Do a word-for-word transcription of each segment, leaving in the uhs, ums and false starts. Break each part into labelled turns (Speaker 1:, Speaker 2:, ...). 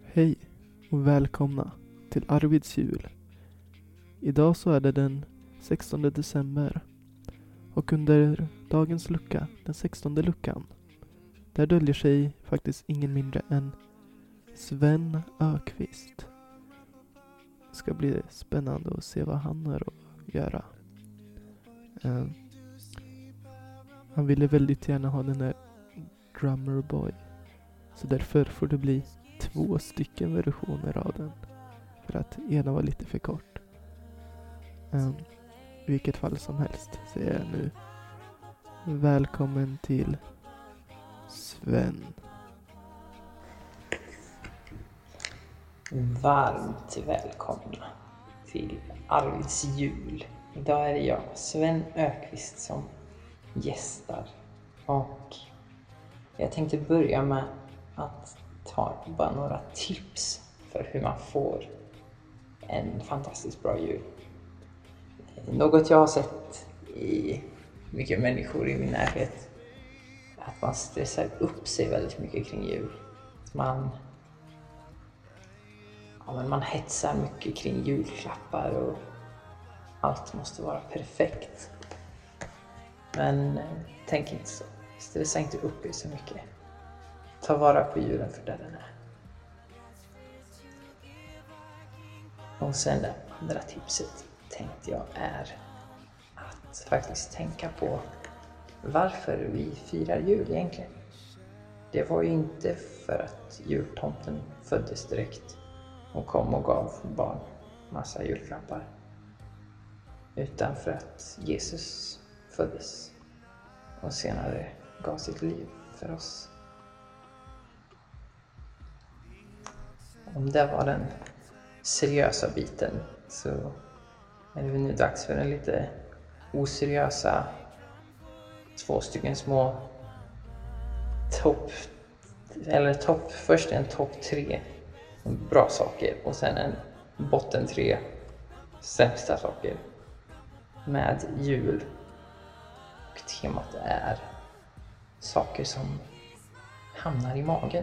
Speaker 1: Hej och välkomna till Arvids jul. Idag så är det den sextonde december och under dagens lucka, den sextonde luckan, där döljer sig faktiskt ingen mindre än Sven Ökvist. Det ska bli spännande att se vad han har att göra. Uh, han ville väldigt gärna ha den där Drummer Boy, så därför får det bli två stycken versioner av den. För att ena var lite för kort. Um, I vilket fall som helst så är jag nu välkommen till Sven.
Speaker 2: Varmt välkomna till Arvids jul. Idag är det jag, Sven Ökvist, som gästar. Och jag tänkte börja med att ta bara några tips för hur man får en fantastiskt bra jul. Något jag har sett i mycket människor i min närhet, att man stressar upp sig väldigt mycket kring jul. Man, ja, men man hetsar mycket kring julklappar och allt måste vara perfekt. Men eh, tänk inte så. Stressa inte upp er så mycket. Ta vara på julen för där den är. Och sen det andra tipset tänkte jag är att faktiskt tänka på varför vi firar jul egentligen. Det var ju inte för att jultomten föddes direkt och kom och gav barn massa julklappar, utan för att Jesus föddes och senare gav sitt liv för oss. Om det var den seriösa biten, så är det nu dags för en lite oseriösa två stycken små topp eller topp först en topp tre bra saker och sen en botten tre sämsta saker med jul. Och temat är saker som hamnar i magen.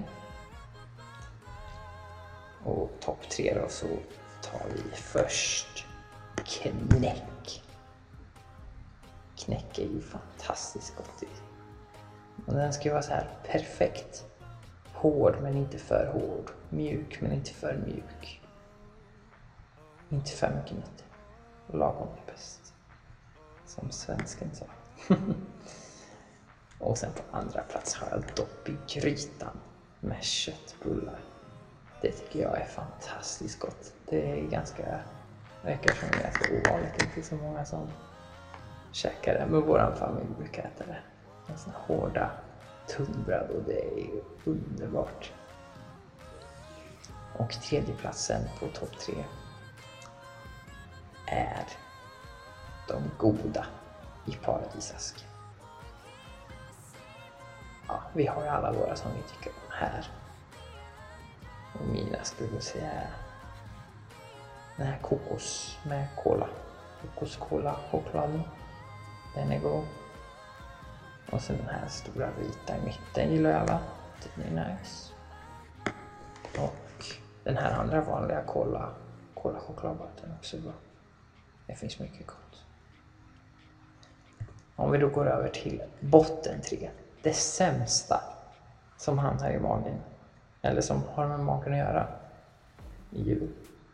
Speaker 2: Och topp tre då, så tar vi först knäck. Knäck är ju fantastiskt gott. Och den ska ju vara så här perfekt. Hård men inte för hård. Mjuk men inte för mjuk. Inte för mycket nötter. Lagom är bäst. Som svensken sa. Och sen på andra plats har jag dopp i grytan med köttbullar. Det tycker jag är fantastiskt gott. Det är ganska, verkar som det är ganska ovanligt. Det är inte så många som käkar det. Men vår familj brukar äta det. En sån här hårda tunnbröd, och det är ju underbart. Och tredje platsen på topp tre är de goda i paradisasken. Ja, vi har ju alla våra som vi tycker om här. Och mina skulle jag säga den här kokos med cola. Kokos-cola chokladen. Den är god. Och sen den här stora vita i mitten gillar jag alla. Den är nice. Och den här andra vanliga cola, cola chokladvatten också bra. Det finns mycket gott. Om vi då går över till botten tre. Det sämsta som hamnar i magen. Eller som har med magen att göra i jul.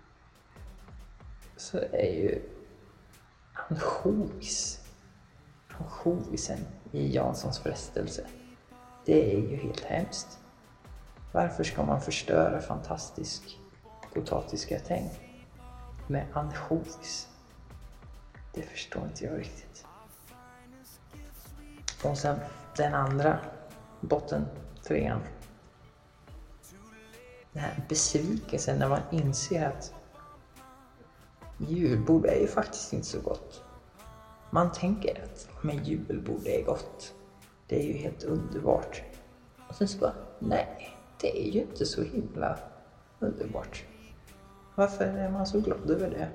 Speaker 2: Så är ju ansjovis. Ansjovisen i Janssons frestelse. Det är ju helt hemskt. Varför ska man förstöra fantastisk potatisgratäng med ansjovis? Det förstår inte jag riktigt. Och sen den andra botten trean. Den här besvikelsen när man inser att julbord är ju faktiskt inte så gott. Man tänker att men julbord är gott. Det är ju helt underbart. Och sen så bara, nej, det är ju inte så himla underbart. Varför är man så glad över det?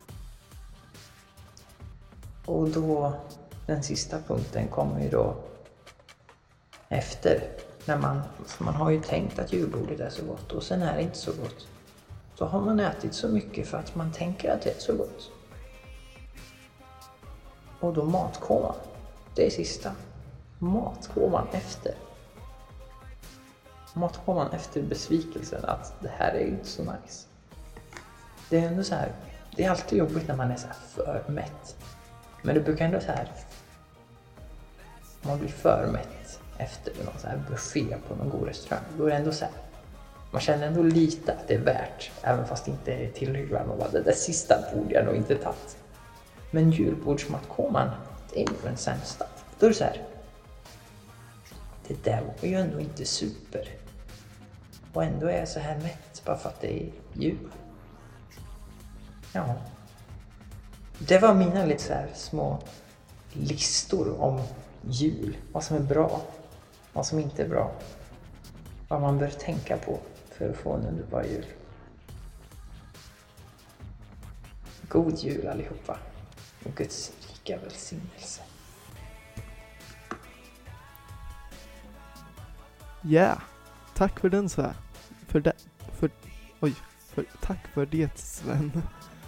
Speaker 2: Och då, den sista punkten kommer ju då efter när man, man har ju tänkt att julbordet är så gott och sen är det inte så gott. Så har man ätit så mycket för att man tänker att det är så gott. Och då matkoman, det är sista. Matkoman efter. Matkoman efter besvikelsen att det här är inte så nice. Det är ändå så här, det är alltid jobbigt när man är så här för mätt. Men det brukar ändå så här, om man blir för mätt efter någon så här buffé på någon god restaurang, då är det ändå så här, man känner ändå lite att det är värt, även fast det inte är tillräckligt. Man bara, det där sista borde jag nog inte tagit. Men julbordsmatkoman, det är nog den sämsta. Då är det så här, det där var ju ändå inte super. Och ändå är jag så här mätt bara för att det är jul. Ja. Det var mina lite så här små listor om jul. Vad som är bra, vad som inte är bra. Vad man bör tänka på för att få en underbar jul. God jul allihopa. Och Guds rika välsignelse.
Speaker 1: Ja, yeah. Tack för den Sven. För det, för, oj, för, tack för det Sven.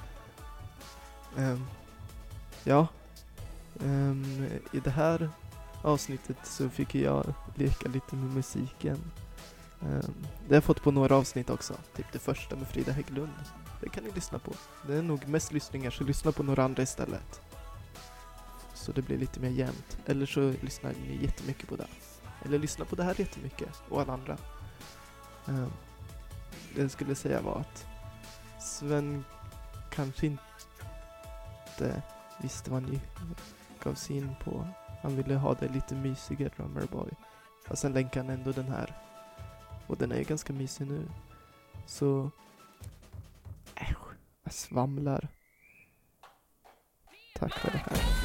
Speaker 1: um, ja, um, i det här avsnittet så fick jag leka lite med musiken. Um, det har jag fått på några avsnitt också, typ det första med Frida Hägglund. Det kan ni lyssna på. Det är nog mest lyssningar, så lyssna på några andra istället. Så det blir lite mer jämnt. Eller så lyssnar ni jättemycket på det. Eller lyssna på det här jättemycket och alla andra. Um, det jag skulle säga var att Sven kanske inte visste vad ni gav sig in på. Han ville ha det lite mysigare, Drummerboy. Och sen länkade han ändå den här. Och den är ganska mysig nu. Så äsch, jag svamlar. Tack för det här.